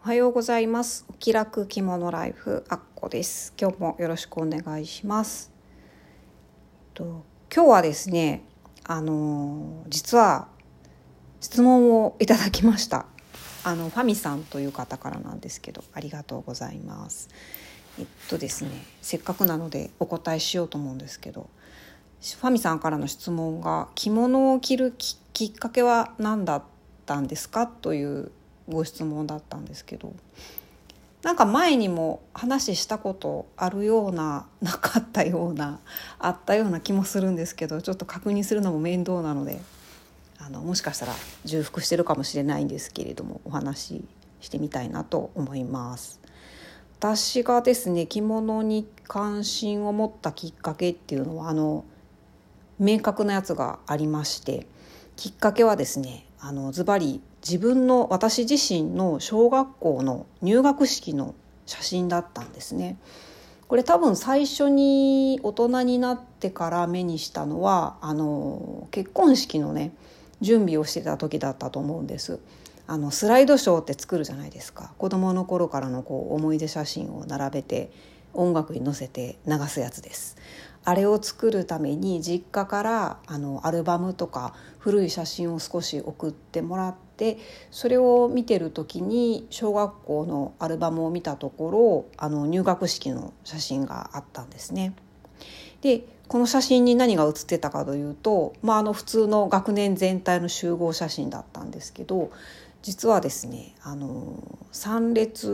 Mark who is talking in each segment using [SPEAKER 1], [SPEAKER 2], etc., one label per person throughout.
[SPEAKER 1] おはようございます。お気楽着物ライフあっこです。今日もよろしくお願いします。今日はですね、実は質問をいただきました。ファミさんという方からなんですけど、ありがとうございます。ですね、せっかくなのでお答えしようと思うんですけど、ファミさんからの質問が、着物を着るきっかけは何だったんですかというご質問だったんですけど、なんか前にも話したことあるような、なかったような、あったような気もするんですけど、ちょっと確認するのも面倒なので、もしかしたら重複してるかもしれないんですけれども、お話ししてみたいなと思います。私がですね、着物に関心を持ったきっかけっていうのは明確なやつがありまして、きっかけはですね、ズバリ私自身の小学校の入学式の写真だったんですね。これ多分最初に大人になってから目にしたのは結婚式のね準備をしてた時だったと思うんです。スライドショーって作るじゃないですか。子供の頃からの思い出写真を並べて音楽に乗せて流すやつです。あれを作るために実家からアルバムとか古い写真を少し送ってもらって、それを見てる時に小学校のアルバムを見たところ入学式の写真があったんですね。でこの写真に何が写ってたかというと、普通の学年全体の集合写真だったんですけど、実はですね参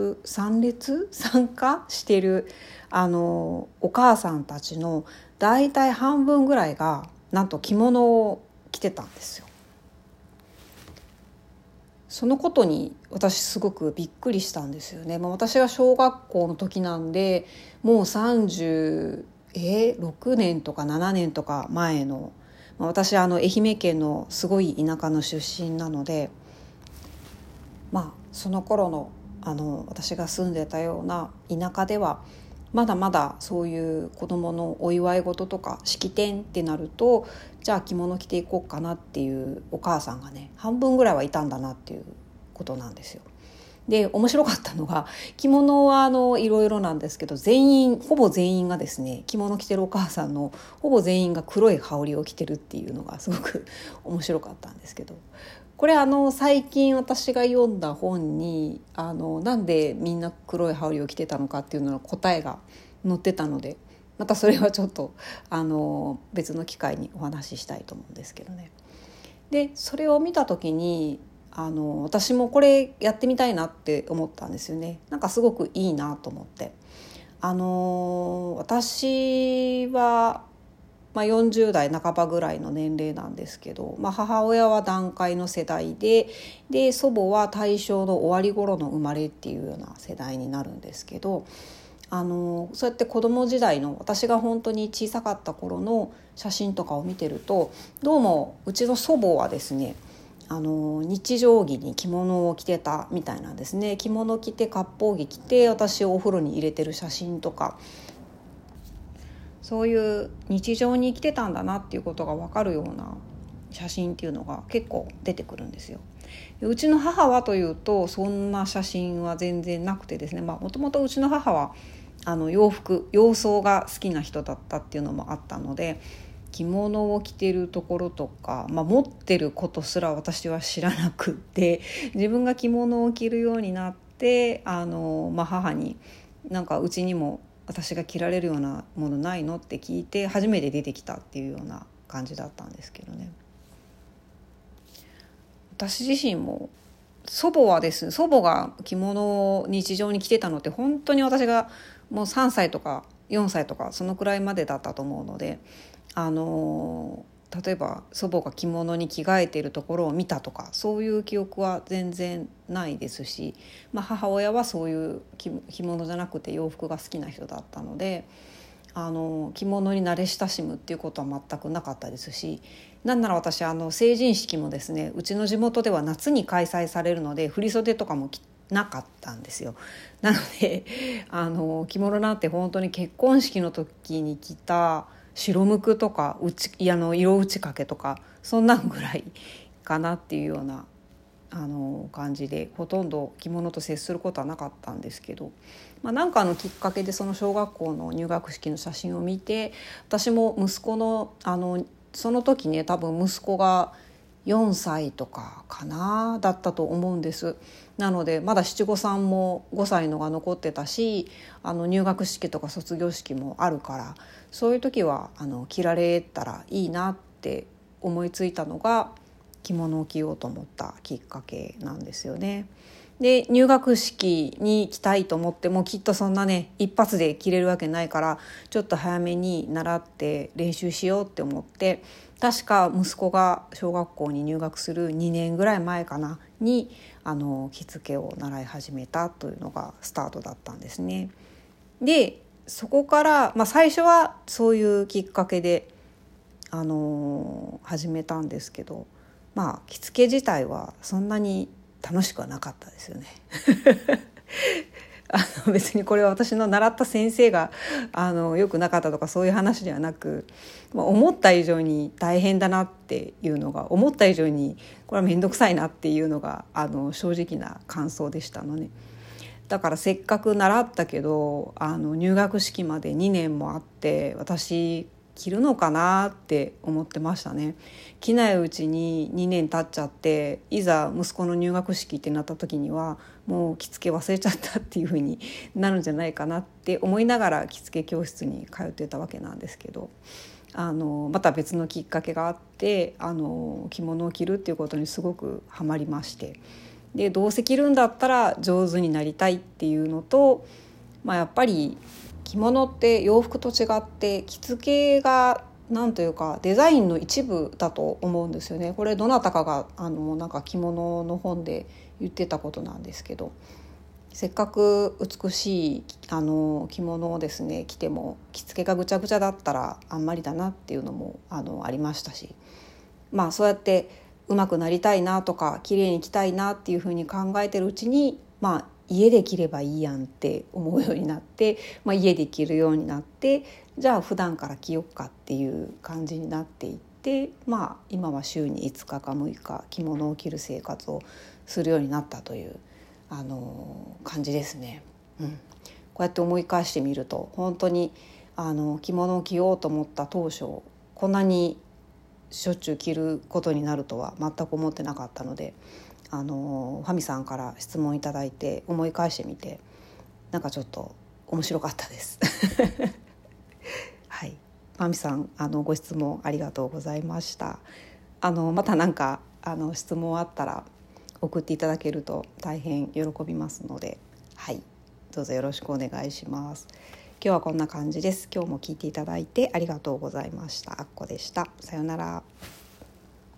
[SPEAKER 1] 加してるお母さんたちのだいたい半分ぐらいがなんと着物を着てたんですよ。そのことに私すごくびっくりしたんですよね。私が小学校の時なんでもう36年とか7年とか前の、私愛媛県のすごい田舎の出身なので、その頃の私が住んでたような田舎ではまだまだそういう子どものお祝い事とか式典ってなると、じゃあ着物着ていこうかなっていうお母さんがね半分ぐらいはいたんだなっていうことなんですよ。で面白かったのが、着物はいろいろなんですけど、ほぼ全員がですね、着物着てるお母さんのほぼ全員が黒い羽織を着てるっていうのがすごく面白かったんですけど、これ最近私が読んだ本になんでみんな黒い羽織を着てたのかっていうのの答えが載ってたので、またそれはちょっと別の機会にお話ししたいと思うんですけどね。でそれを見た時に私もこれやってみたいなって思ったんですよね。なんかすごくいいなと思って、私は40代半ばぐらいの年齢なんですけど、母親は団塊の世代で祖母は大正の終わり頃の生まれっていうような世代になるんですけど、そうやって子供時代の私が本当に小さかった頃の写真とかを見てると、どうもうちの祖母はですね日常着に着物を着てたみたいなんですね。着物着て割烹着着て私をお風呂に入れてる写真とか、そういう日常に生きてたんだなっていうことが分かるような写真っていうのが結構出てくるんですよ。うちの母はというとそんな写真は全然なくてですね、もともとうちの母は洋装が好きな人だったっていうのもあったので、着物を着てるところとか、持ってることすら私は知らなくって、自分が着物を着るようになって母になんかうちにも私が着られるようなものないのって聞いて初めて出てきたっていうような感じだったんですけどね。私自身も祖母が着物を日常に着てたのって本当に私がもう3歳とか4歳とかそのくらいまでだったと思うので、例えば祖母が着物に着替えているところを見たとかそういう記憶は全然ないですし、母親はそういう着物じゃなくて洋服が好きな人だったので着物に慣れ親しむっていうことは全くなかったですし、なんなら私成人式もですね、うちの地元では夏に開催されるので振袖とかもなかったんですよ。なので着物なんて本当に結婚式の時に着た白むくとか色打ち掛けとかそんなんぐらいかなっていうような感じでほとんど着物と接することはなかったんですけど、なんかのきっかけでその小学校の入学式の写真を見て、私も息子のその時ね、多分息子が4歳とかかなだったと思うんです。なのでまだ七五三も5歳のが残ってたし、入学式とか卒業式もあるから、そういう時は着られたらいいなって思いついたのが着物を着ようと思ったきっかけなんですよね。で入学式に着たいと思ってもきっとそんなね一発で着れるわけないから、ちょっと早めに習って練習しようって思って、確か息子が小学校に入学する2年ぐらい前かなに着付けを習い始めたというのがスタートだったんですね。でそこから、最初はそういうきっかけで、始めたんですけど、着付け自体はそんなに楽しくはなかったですよね別にこれは私の習った先生が良くなかったとかそういう話ではなく、思った以上に大変だなっていうのが、思った以上にこれは面倒くさいなっていうのが正直な感想でしたのね。だからせっかく習ったけど入学式まで2年もあって、私着るのかなって思ってましたね。着ないうちに2年経っちゃって、いざ息子の入学式ってなった時にはもう着付け忘れちゃったっていう風になるんじゃないかなって思いながら着付け教室に通ってたわけなんですけど、また別のきっかけがあって着物を着るっていうことにすごくハマりまして、でどうせ着るんだったら上手になりたいっていうのと、やっぱり着物って洋服と違って着付けがなんというかデザインの一部だと思うんですよね。これどなたかがなんか着物の本で言ってたことなんですけど、せっかく美しい着物をですね着ても着付けがぐちゃぐちゃだったらあんまりだなっていうのもありましたし、そうやって上手くなりたいなとか綺麗に着たいなっていうふうに考えてるうちに、家で着ればいいやんって思うようになって、家で着るようになって、じゃあ普段から着よっかっていう感じになっていって、今は週に5日か6日着物を着る生活をするようになったという感じですね。こうやって思い返してみると本当に着物を着ようと思った当初こんなにしょっちゅう着ることになるとは全く思ってなかったので、ファミさんから質問いただいて思い返してみて、なんかちょっと面白かったですはい、ファミさんご質問ありがとうございました。またなんか質問あったら送っていただけると大変喜びますので、どうぞよろしくお願いします。今日はこんな感じです。今日も聞いていただいてありがとうございました。あっこでした。さようなら。